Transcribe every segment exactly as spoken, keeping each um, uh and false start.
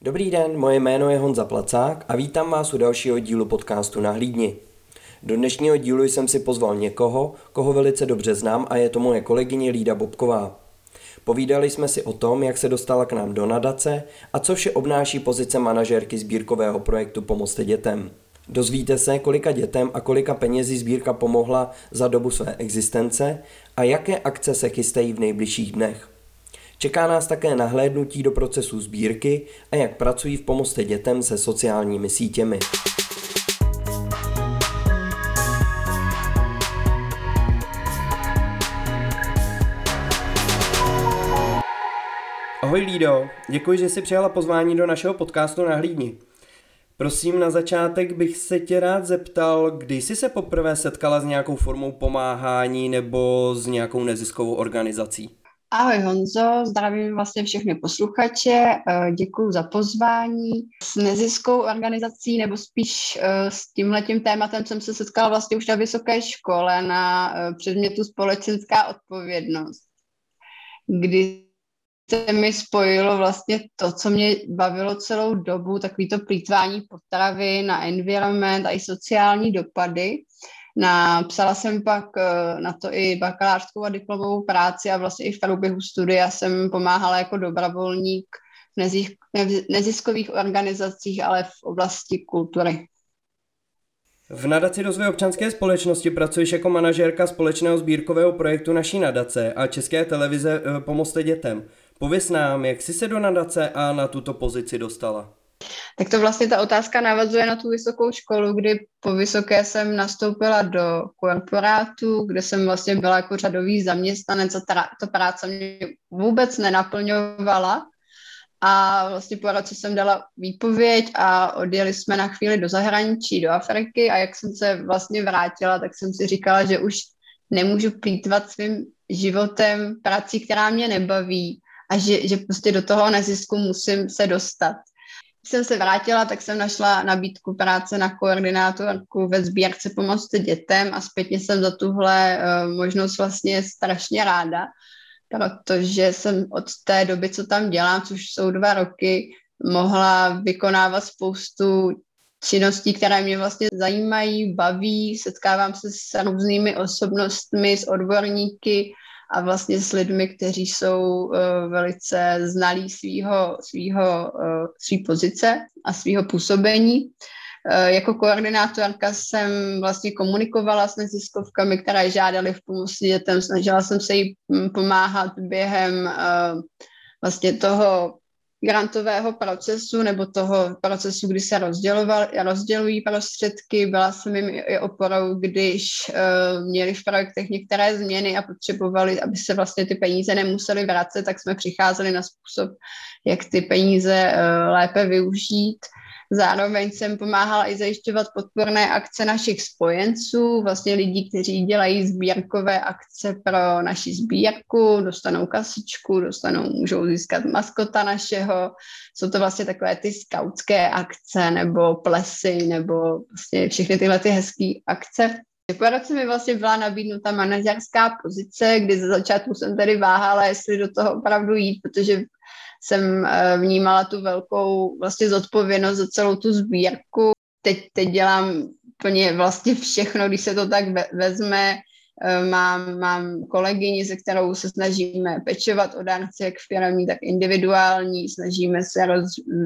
Dobrý den, moje jméno je Honza Placák a vítám vás u dalšího dílu podcastu Nahlídni. Do dnešního dílu jsem si pozval někoho, koho velice dobře znám a je to moje kolegyně Lída Bobková. Povídali jsme si o tom, jak se dostala k nám do nadace a co vše obnáší pozice manažérky sbírkového projektu Pomozte dětem. Dozvíte se, kolika dětem a kolika penězí sbírka pomohla za dobu své existence a jaké akce se chystají v nejbližších dnech. Čeká nás také nahlédnutí do procesu sbírky a jak pracují v Pomozte dětem se sociálními sítěmi. Ahoj Lído, děkuji, že jsi přijala pozvání do našeho podcastu Nahlídni. Prosím, na začátek bych se tě rád zeptal, kdy jsi se poprvé setkala s nějakou formou pomáhání nebo s nějakou neziskovou organizací? Ahoj Honzo, zdravím vlastně všechny posluchače, děkuji za pozvání. S neziskovou organizací nebo spíš s tímhletím tématem jsem se setkala vlastně už na vysoké škole na předmětu společenská odpovědnost, kdy se mi spojilo vlastně to, co mě bavilo celou dobu, takový to plýtvání potravy na environment a i sociální dopady. Napsala jsem pak na to i bakalářskou a diplomovou práci a vlastně i v průběhu studia jsem pomáhala jako dobrovolník v neziskových organizacích, ale v oblasti kultury. V nadaci Rozvoj občanské společnosti pracuješ jako manažérka společného sbírkového projektu naší nadace a České televize Pomozte dětem. Pověz nám, jak jsi se do nadace a na tuto pozici dostala? Tak to vlastně ta otázka navazuje na tu vysokou školu, kdy po vysoké jsem nastoupila do korporátu, kde jsem vlastně byla jako řadový zaměstnanec a ta, ta práce mě vůbec nenaplňovala. A vlastně po roce jsem dala výpověď a odjeli jsme na chvíli do zahraničí, do Afriky a jak jsem se vlastně vrátila, tak jsem si říkala, že už nemůžu plýtvat svým životem, prací, která mě nebaví a že, že prostě do toho nezisku musím se dostat. Když jsem se vrátila, tak jsem našla nabídku práce na koordinátorku ve sbírce Pomozte dětem a zpětně jsem za tuhle uh, možnost vlastně strašně ráda, protože jsem od té doby, co tam dělám, což jsou dva roky, mohla vykonávat spoustu činností, které mě vlastně zajímají, baví, setkávám se s různými osobnostmi, s odborníky a vlastně s lidmi, kteří jsou uh, velice znalí svýho, svýho, uh, svý pozice a svýho působení. Uh, jako koordinátorka jsem vlastně komunikovala s neziskovkami, které žádaly v pomoci dětem. Snažila jsem se jí pomáhat během uh, vlastně toho grantového procesu nebo toho procesu, kdy se rozdělují prostředky. Byla jsem jim i oporou, když uh, měli v projektech některé změny a potřebovali, aby se vlastně ty peníze nemusely vracet, tak jsme přicházeli na způsob, jak ty peníze uh, lépe využít. Zároveň jsem pomáhala i zajišťovat podporné akce našich spojenců, vlastně lidí, kteří dělají sbírkové akce pro naši sbírku, dostanou kasičku, dostanou, můžou získat maskota našeho. Jsou to vlastně takové ty skautské akce nebo plesy nebo vlastně všechny tyhle ty hezké akce. Po roce mi vlastně byla nabídnuta manažerská pozice, kdy ze začátku jsem tady váhala, jestli do toho opravdu jít, protože jsem vnímala tu velkou vlastně zodpovědnost za celou tu sbírku. Teď, teď dělám plně vlastně všechno, když se to tak vezme. Mám, mám kolegyni, se kterou se snažíme pečovat o dárce, jak firemní, tak individuální. Snažíme se roz,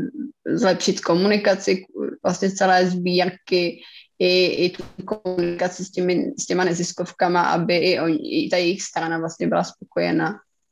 zlepšit komunikaci vlastně celé sbírky i, i tu komunikaci s, těmi, s těma neziskovkama, aby i, oni, i ta jejich strana vlastně byla spokojená.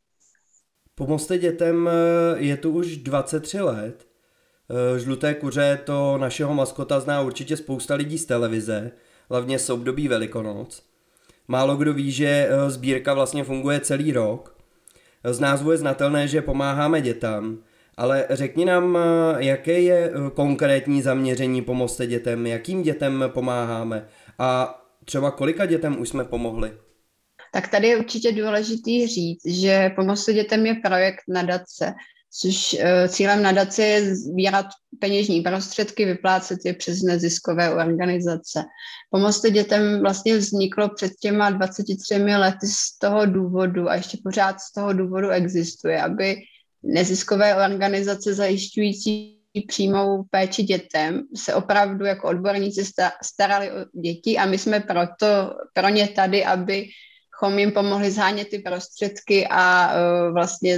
Pomozte dětem je tu už dvacet tři let. Žluté kuře, to našeho maskota, zná určitě spousta lidí z televize, hlavně z období Velikonoc. Málo kdo ví, že sbírka vlastně funguje celý rok. Z názvu je znatelné, že pomáháme dětem, ale řekni nám, jaké je konkrétní zaměření Pomozte dětem, jakým dětem pomáháme a třeba kolika dětem už jsme pomohli. Tak tady je určitě důležitý říct, že Pomozte dětem je projekt nadace, což cílem nadace je sbírat peněžní prostředky, vyplácet je přes neziskové organizace. Pomozte dětem vlastně vzniklo před těma dvaceti třemi lety z toho důvodu a ještě pořád z toho důvodu existuje, aby neziskové organizace zajišťující přímou péči dětem, se opravdu jako odborníci starali o děti a my jsme proto pro ně tady, abychom jim pomohli zhánět ty prostředky a uh, vlastně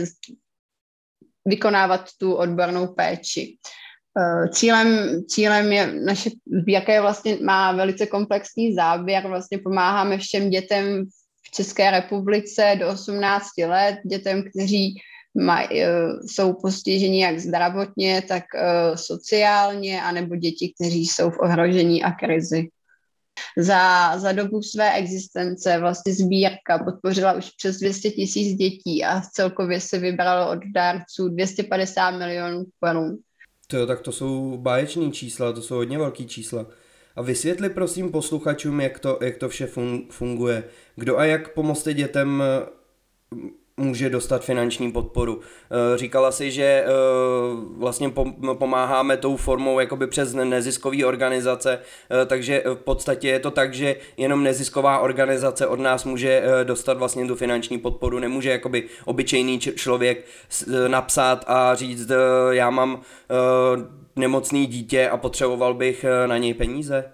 vykonávat tu odbornou péči. Uh, cílem, cílem je naše sbírka je vlastně má velice komplexní záběr, vlastně pomáháme všem dětem v České republice do osmnácti let, dětem, kteří maj, jsou postiženi jak zdravotně, tak uh, sociálně, anebo děti, kteří jsou v ohrožení a krizi. Za, za dobu své existence vlastně sbírka podpořila už přes dvě stě tisíc dětí a celkově se vybralo od dárců dvě stě padesát milionů korun. To, tak to jsou báječný čísla, to jsou hodně velký čísla. A vysvětli prosím posluchačům, jak to, jak to vše funguje. Kdo a jak Pomozte dětem může dostat finanční podporu. Říkala si, že vlastně pomáháme tou formou jakoby přes neziskové organizace, takže v podstatě je to tak, že jenom nezisková organizace od nás může dostat vlastně tu finanční podporu, nemůže jakoby obyčejný člověk napsat a říct, já mám nemocný dítě a potřeboval bych na něj peníze.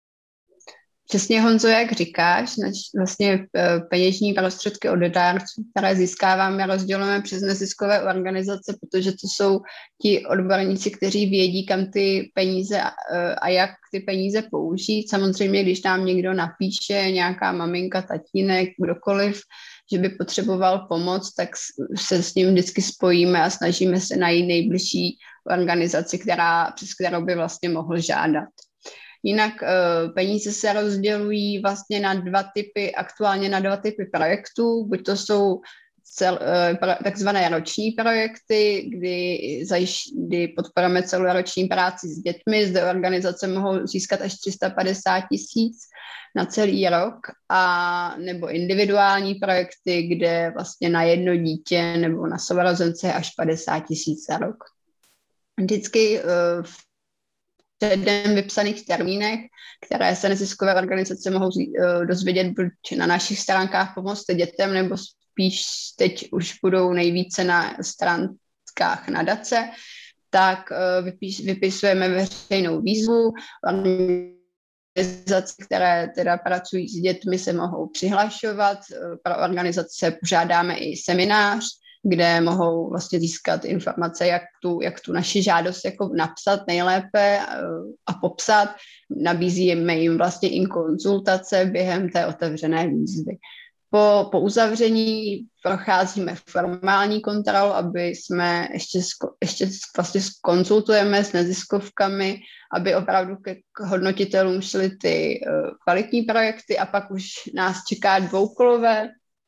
Přesně, Honzo, jak říkáš, vlastně peněžní prostředky od dárců, které získáváme, rozdělujeme přes neziskové organizace, protože to jsou ti odborníci, kteří vědí, kam ty peníze a jak ty peníze použít. Samozřejmě, když nám někdo napíše, nějaká maminka, tatínek, kdokoliv, že by potřeboval pomoc, tak se s ním vždycky spojíme a snažíme se najít nejbližší organizaci, která, přes kterou by vlastně mohl žádat. Jinak peníze se rozdělují vlastně na dva typy, aktuálně na dva typy projektů, buď to jsou cel, takzvané roční projekty, kdy, zajiš, kdy podporujeme celoroční práci s dětmi, zde organizace mohou získat až tři sta padesát tisíc na celý rok, a nebo individuální projekty, kde vlastně na jedno dítě nebo na sourozence až padesát tisíc za rok. Vždycky v předem vypsaných termínech, které se neziskové organizace mohou dozvědět buď na našich stránkách Pomozte dětem, nebo spíš teď už budou nejvíce na stránkách nadace, tak vypis, vypisujeme veřejnou výzvu. Organizace, které teda pracují s dětmi, se mohou přihlašovat. Pro organizace pořádáme i seminář, kde mohou vlastně získat informace, jak tu, jak tu naši žádost jako napsat nejlépe a popsat. Nabízíme jim vlastně i konzultace během té otevřené výzvy. Po, po uzavření procházíme formální kontrolu, aby jsme ještě, ještě vlastně konzultujeme s neziskovkami, aby opravdu k hodnotitelům šly ty kvalitní projekty, a pak už nás čeká dvoukolové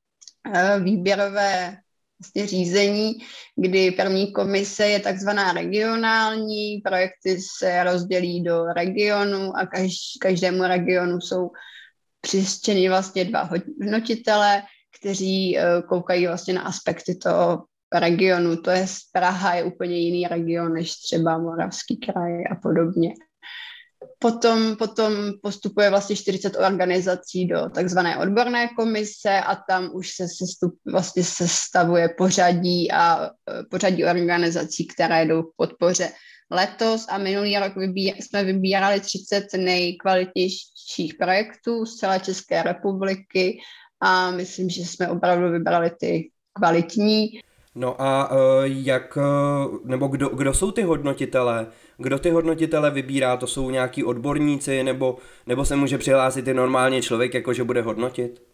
výběrové vlastně řízení, kdy první komise je takzvaná regionální, projekty se rozdělí do regionu a kaž, každému regionu jsou přiřčeni vlastně dva hodnotitele, kteří uh, koukají vlastně na aspekty toho regionu. To je Praha je úplně jiný region než třeba Moravský kraj a podobně. Potom, potom postupuje vlastně čtyřicet organizací do takzvané odborné komise a tam už se sestup, vlastně sestavuje pořadí a pořadí organizací, které jdou k podpoře. Letos a minulý rok vybír, jsme vybírali třicet nejkvalitnějších projektů z celé České republiky a myslím, že jsme opravdu vybrali ty kvalitní. No a jak, nebo kdo, kdo jsou ty hodnotitelé? Kdo ty hodnotitele vybírá? To jsou nějaký odborníci, nebo, nebo se může přihlásit i normálně člověk, jakože bude hodnotit?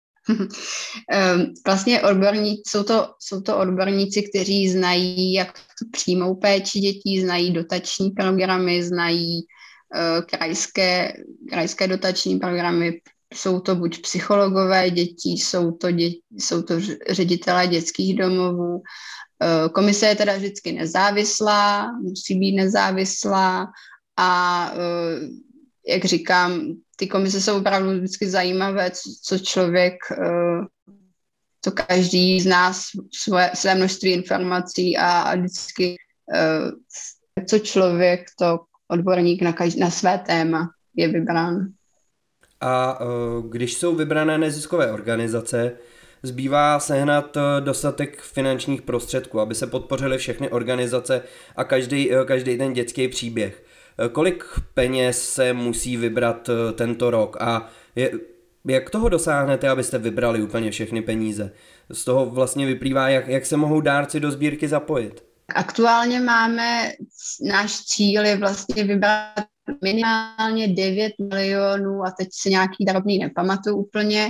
Vlastně odborníci, jsou to, jsou to odborníci, kteří znají jak tu přímou péči dětí, znají dotační programy, znají uh, krajské, krajské dotační programy. Jsou to buď psychologové dětí, jsou to, děti, jsou to ředitelé dětských domovů. Komise je teda vždycky nezávislá, musí být nezávislá a jak říkám, ty komise jsou opravdu vždycky zajímavé, co, co člověk, co každý z nás svoje, své množství informací a, a vždycky co člověk, to odborník na, každý, na své téma je vybrán. A když jsou vybrané neziskové organizace, zbývá sehnat dostatek finančních prostředků, aby se podpořily všechny organizace a každý, každý ten dětský příběh. Kolik peněz se musí vybrat tento rok a je, jak toho dosáhnete, abyste vybrali úplně všechny peníze? Z toho vlastně vyplývá, jak, jak se mohou dárci do sbírky zapojit. Aktuálně máme, náš cíl je vlastně vybrat minimálně devět milionů a teď si nějaký drobný nepamatuju úplně,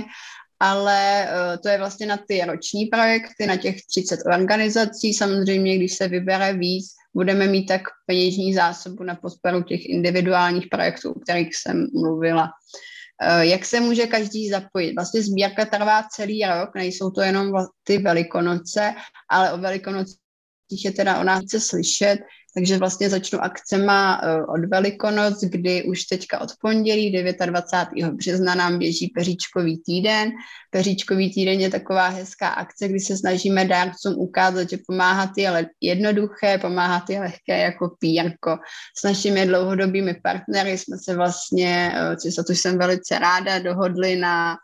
ale uh, to je vlastně na ty roční projekty, na těch třicet organizací. Samozřejmě, když se vybere víc, budeme mít tak peněžní zásobu na podporu těch individuálních projektů, o kterých jsem mluvila. Uh, jak se může každý zapojit? Vlastně sbírka trvá celý rok, nejsou to jenom ty Velikonoce, ale o Velikonocích je teda o nás více slyšet, takže vlastně začnu akcema od Velikonoc, kdy už teďka od pondělí dvacátého devátého března nám běží Peříčkový týden. Peříčkový týden je taková hezká akce, kdy se snažíme dárcům ukázat, že pomáhat je jednoduché, pomáhat je lehké jako pírko. S našimi dlouhodobými partnery jsme se vlastně, za to jsem velice ráda, dohodli na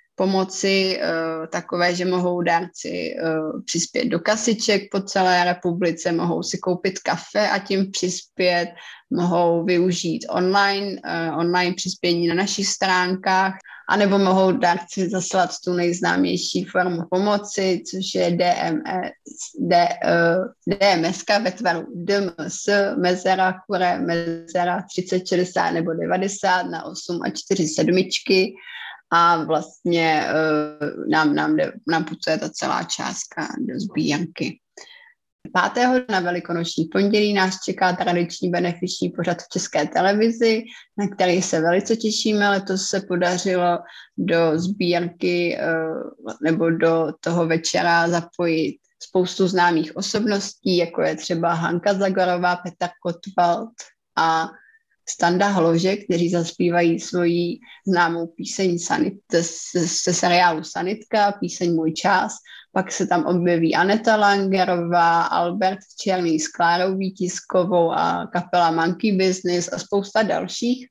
pomoci uh, takové, že mohou dárci uh, přispět do kasiček po celé republice, mohou si koupit kafe a tím přispět, mohou využít online, uh, online přispění na našich stránkách, anebo mohou dárci zaslat tu nejznámější formu pomoci, což je D M S, D, uh, D M S ve tvaru D M S, mezera, kure, mezera třicet, šedesát nebo devadesát na osm a čtyři sedmičky. A vlastně uh, nám, nám, de, nám putuje ta celá částka do sbírky. pátého na Velikonoční pondělí nás čeká tradiční benefiční pořad v České televizi, na který se velice těšíme. Letos se podařilo do sbírky uh, nebo do toho večera zapojit spoustu známých osobností, jako je třeba Hanka Zagorová, Petr Kotwald a Standa Hlože, kteří zaspívají svoji známou píseň Sanit, ze seriálu Sanitka, píseň Můj čas. Pak se tam objeví Aneta Langerová, Albert Černý s Klárou Vítiskovou a kapela Monkey Business a spousta dalších.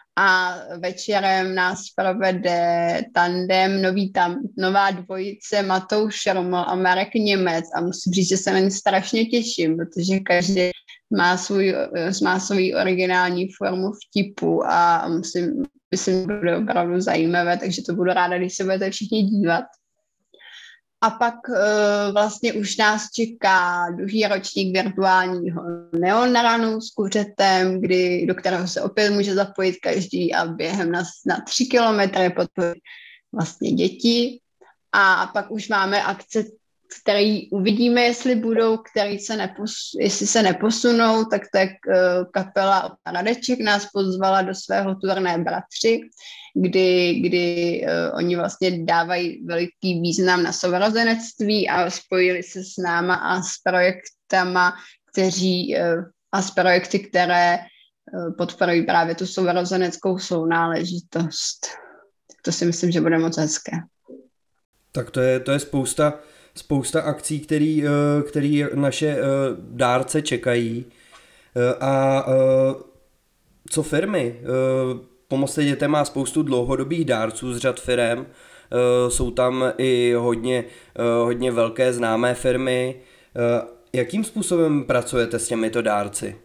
A večerem nás provede tandem, nový tam, nová dvojice Matouš Šarmol a Marek Němec a musím říct, že se na ně strašně těším, protože každý má svůj, má svůj originální formu vtipu a musím, myslím, že bude opravdu zajímavé, takže to budu ráda, když se budete všichni dívat. A pak uh, vlastně už nás čeká druhý ročník virtuálního neonrunu s kuřetem, kdy, do kterého se opět může zapojit každý a během na, na tři kilometry podpoří vlastně děti. A pak už máme akce, které uvidíme, jestli budou, který se nepos, jestli se neposunou, tak tak uh, kapela Radeček nás pozvala do svého turné Bratři, kdy, kdy uh, oni vlastně dávají veliký význam na sourozenectví a spojili se s náma a s projektama, kteří, uh, a s projekty, které uh, podporují právě tu sourozeneckou sounáležitost. To si myslím, že bude moc hezké. Tak to je, to je spousta spousta akcí, který, který naše dárce čekají. A co firmy? Pomocte dětem má spoustu dlouhodobých dárců z řad firem. Jsou tam i hodně, hodně velké známé firmy. Jakým způsobem pracujete s těmito dárci?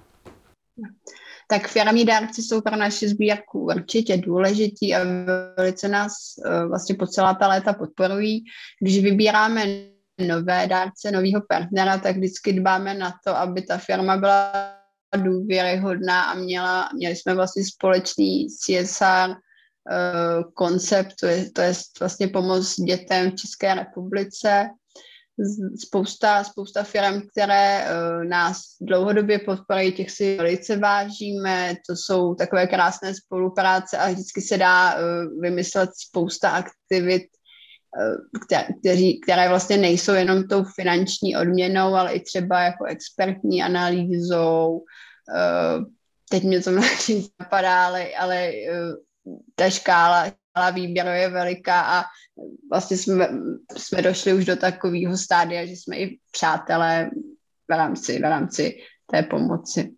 Tak firmní dárci jsou pro naši sbírku určitě důležití a velice nás vlastně po celá ta léta podporují. Když vybíráme nové dárce, nového partnera, tak vždycky dbáme na to, aby ta firma byla důvěryhodná a měla, měli jsme vlastně společný C S R uh, koncept, to je, to je vlastně pomoc dětem v České republice. Spousta, spousta firm, které uh, nás dlouhodobě podporují, těch si velice vážíme, to jsou takové krásné spolupráce a vždycky se dá uh, vymyslet spousta aktivit, uh, které, kteří, které vlastně nejsou jenom tou finanční odměnou, ale i třeba jako expertní analýzou. Uh, teď mě to množí napadá, ale, ale uh, ta škála výběru je veliká a vlastně jsme, jsme došli už do takového stádia, že jsme i přátelé v rámci, v rámci té pomoci.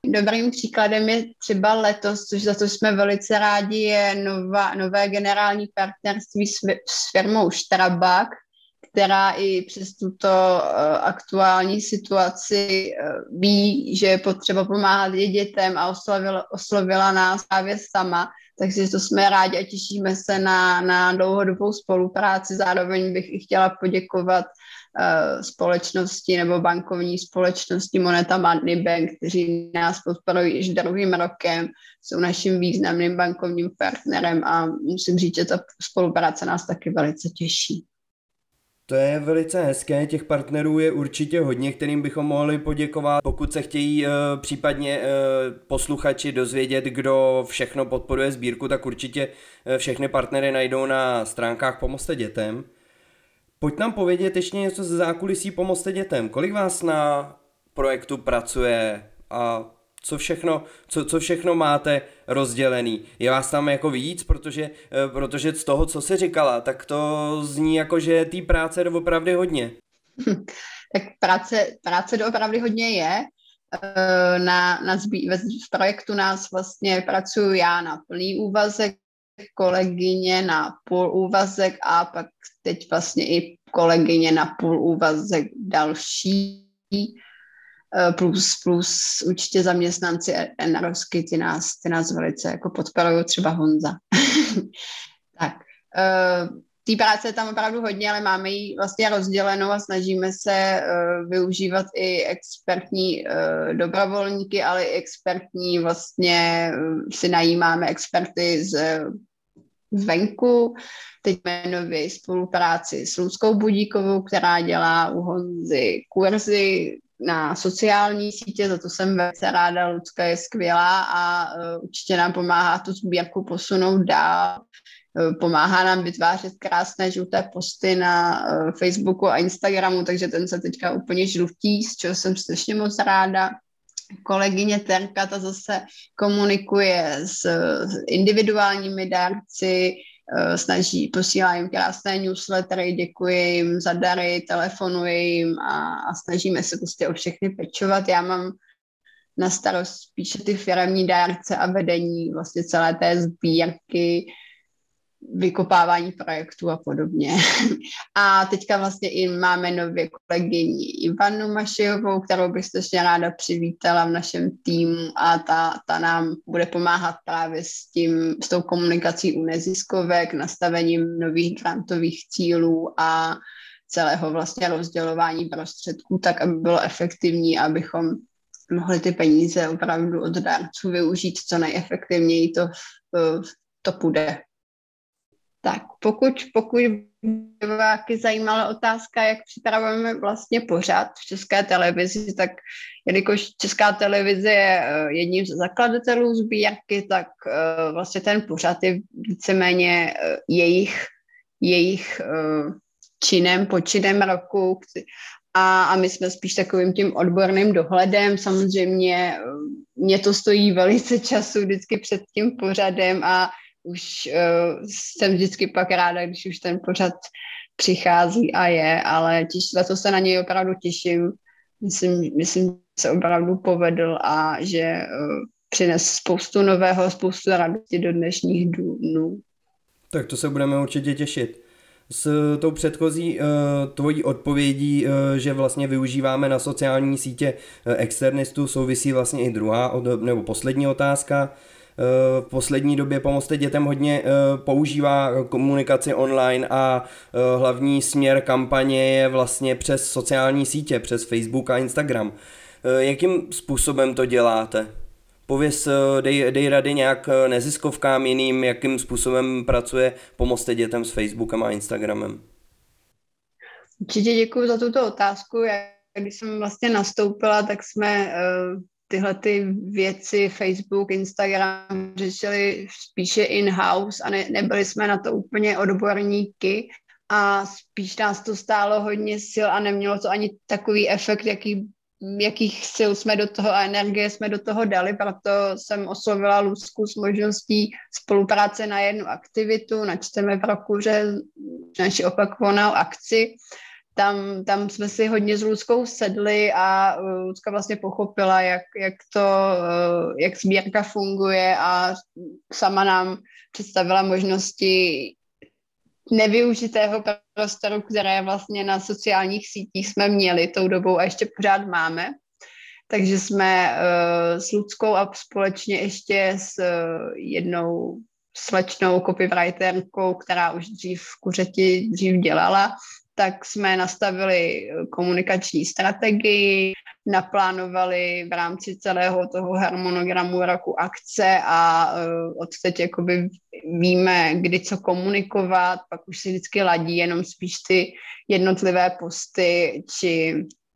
dobrým příkladem je třeba letos, což za to jsme velice rádi, je nová, nové generální partnerství s, s firmou Strabag, která i přes tuto uh, aktuální situaci uh, ví, že je potřeba pomáhat i dětem a oslovila, oslovila nás právě sama. Takže to jsme rádi a těšíme se na, na dlouhodobou spolupráci. Zároveň bych i chtěla poděkovat uh, společnosti nebo bankovní společnosti Moneta Money Bank, kteří nás podporují již druhým rokem, jsou naším významným bankovním partnerem a musím říct, že ta spolupráce nás taky velice těší. To je velice hezké, těch partnerů je určitě hodně, kterým bychom mohli poděkovat. Pokud se chtějí e, případně e, posluchači dozvědět, kdo všechno podporuje sbírku, tak určitě e, všechny partnery najdou na stránkách Pomozte dětem. Pojď nám povědět ještě něco ze zákulisí Pomozte dětem. Kolik vás na projektu pracuje a co všechno, co, co všechno máte rozdělený? Je vás tam jako víc, protože, protože z toho, co jsi říkala, tak to zní jako, že té práce je opravdu hodně. Hm, tak práce, práce doopravdy hodně je. Na, na zbí, v projektu nás vlastně pracuji já na plný úvazek, kolegyně na půl úvazek a pak teď vlastně i kolegyně na půl úvazek další. Plus, plus určitě zaměstnanci Enerosky, ty nás, ty nás velice jako podporují, třeba Honza. Tak, uh, té práce je tam opravdu hodně, ale máme ji vlastně rozdělenou a snažíme se uh, využívat i expertní uh, dobrovolníky, ale i expertní vlastně uh, si najímáme experty z zvenku. Teď máme nově spolupráci s Ludskou Budíkovou, která dělá u Honzy kurzy na sociální sítě, za to jsem velice ráda, Lucka je skvělá a uh, určitě nám pomáhá tu sbírku posunout dál. Uh, pomáhá nám vytvářet krásné žluté posty na uh, Facebooku a Instagramu, takže ten se teďka úplně žlutí, z čeho jsem strašně moc ráda. Kolegyně Terka, ta zase komunikuje s, s individuálními dárci, snaží, posílá jim krásné newslettery, děkuji jim za dary, telefonuji jim a, a snažíme se prostě o všechny pečovat. Já mám na starost spíše ty firemní dárce a vedení vlastně celé té sbírky, vykopávání projektů a podobně. A teďka vlastně i máme nově kolegyni Ivanu Mašijovou, kterou bych strašně ráda přivítala v našem týmu a ta, ta nám bude pomáhat právě s tím, s tou komunikací u neziskovek, nastavením nových grantových cílů a celého vlastně rozdělování prostředků, tak aby bylo efektivní, abychom mohli ty peníze opravdu od dárců využít co nejefektivněji, to, to půjde. Tak, pokud, pokud by vás zajímala otázka, jak připravujeme vlastně pořad v České televizi, tak jelikož Česká televize je jedním z zakladatelů sbírky, tak vlastně ten pořad je víceméně jejich, jejich činem, počinem roku a, a my jsme spíš takovým tím odborným dohledem. Samozřejmě mě to stojí velice času vždycky před tím pořadem a už uh, jsem vždycky pak ráda, když už ten pořad přichází a je, ale těš, za to se na něj opravdu těším. Myslím, myslím, že se opravdu povedl a že uh, přines spoustu nového, spoustu radosti do dnešních dnů. Tak to se budeme určitě těšit. S tou předchozí uh, tvojí odpovědí, uh, že vlastně využíváme na sociální sítě uh, externistů, souvisí vlastně i druhá od, nebo poslední otázka. V poslední době Pomozte dětem hodně používá komunikaci online a hlavní směr kampaně je vlastně přes sociální sítě, přes Facebook a Instagram. Jakým způsobem to děláte? Pověz, dej, dej rady nějak neziskovkám jiným, jakým způsobem pracuje Pomozte dětem s Facebookem a Instagramem. Určitě děkuji za tuto otázku. Já, když jsem vlastně nastoupila, tak jsme tyhle ty věci, Facebook, Instagram, řešili spíše in-house a ne, nebyli jsme na to úplně odborníky a spíš nás to stálo hodně sil a nemělo to ani takový efekt, jaký, jakých sil jsme do toho a energie jsme do toho dali, proto jsem oslovila Lucku s možností spolupráce na jednu aktivitu, načteme pro kuře naši opakovanou akci tam, tam jsme si hodně s Luckou sedli a Lucka vlastně pochopila, jak, jak to, jak sbírka funguje a sama nám představila možnosti nevyužitého prostoru, které vlastně na sociálních sítích jsme měli tou dobou a ještě pořád máme. Takže jsme uh, s Luckou a společně ještě s uh, jednou slečnou copywriterkou, která už dřív v Kuřeti dřív dělala, tak jsme nastavili komunikační strategii, naplánovali v rámci celého toho harmonogramu roku akce a uh, odteď jakoby víme, kdy co komunikovat, pak už si vždycky ladí jenom spíš ty jednotlivé posty či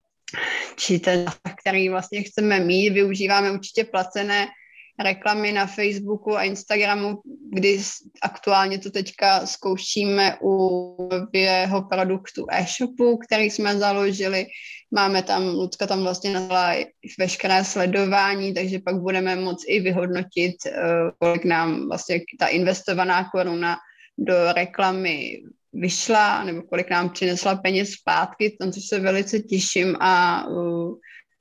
či ten, který vlastně chceme mít. Využíváme určitě placené reklamy na Facebooku a Instagramu, kdy aktuálně to teďka zkoušíme u jeho produktu e-shopu, který jsme založili. Máme tam, Lucka tam vlastně nazvala veškeré sledování, takže pak budeme moct i vyhodnotit, kolik nám vlastně ta investovaná koruna do reklamy vyšla, nebo kolik nám přinesla peněz zpátky, tam což se velice těším a uh,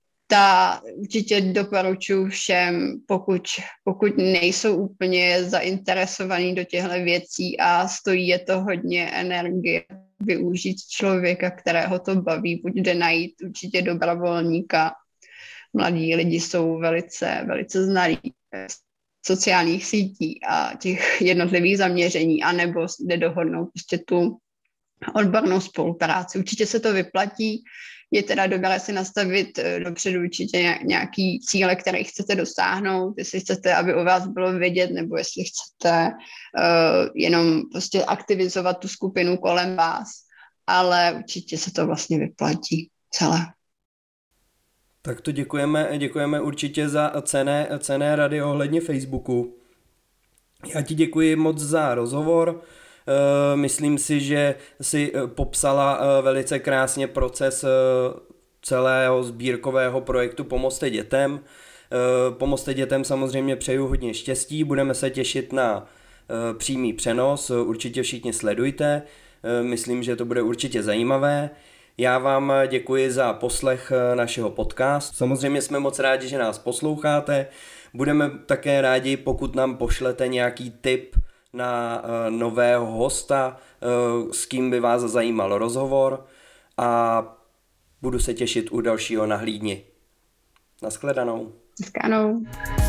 ta určitě doporučuji všem, pokud, pokud nejsou úplně zainteresovaní do těchto věcí a stojí je to hodně energie, využít člověka, kterého to baví, buď jde najít určitě dobrovolníka. Mladí lidi jsou velice, velice znalí sociálních sítí a těch jednotlivých zaměření, anebo jde dohodnout prostě tu odbornou spolupráci. Určitě se to vyplatí, je teda dobré si nastavit dopředu určitě nějaký cíle, které chcete dosáhnout, jestli chcete, aby o vás bylo vědět, nebo jestli chcete uh, jenom prostě aktivizovat tu skupinu kolem vás, ale určitě se to vlastně vyplatí celé. Tak to děkujeme, děkujeme určitě za cenné, cenné rady ohledně Facebooku. Já ti děkuji moc za rozhovor. Myslím si, že si popsala velice krásně proces celého sbírkového projektu Pomozte dětem. Pomozte dětem samozřejmě přeju hodně štěstí, budeme se těšit na přímý přenos, určitě všichni sledujte, myslím, že to bude určitě zajímavé. Já vám děkuji za poslech našeho podcastu. Samozřejmě jsme moc rádi, že nás posloucháte. Budeme také rádi, pokud nám pošlete nějaký tip na nového hosta, s kým by vás zajímal rozhovor a budu se těšit u dalšího Nahlídni. Naschledanou. Naschledanou.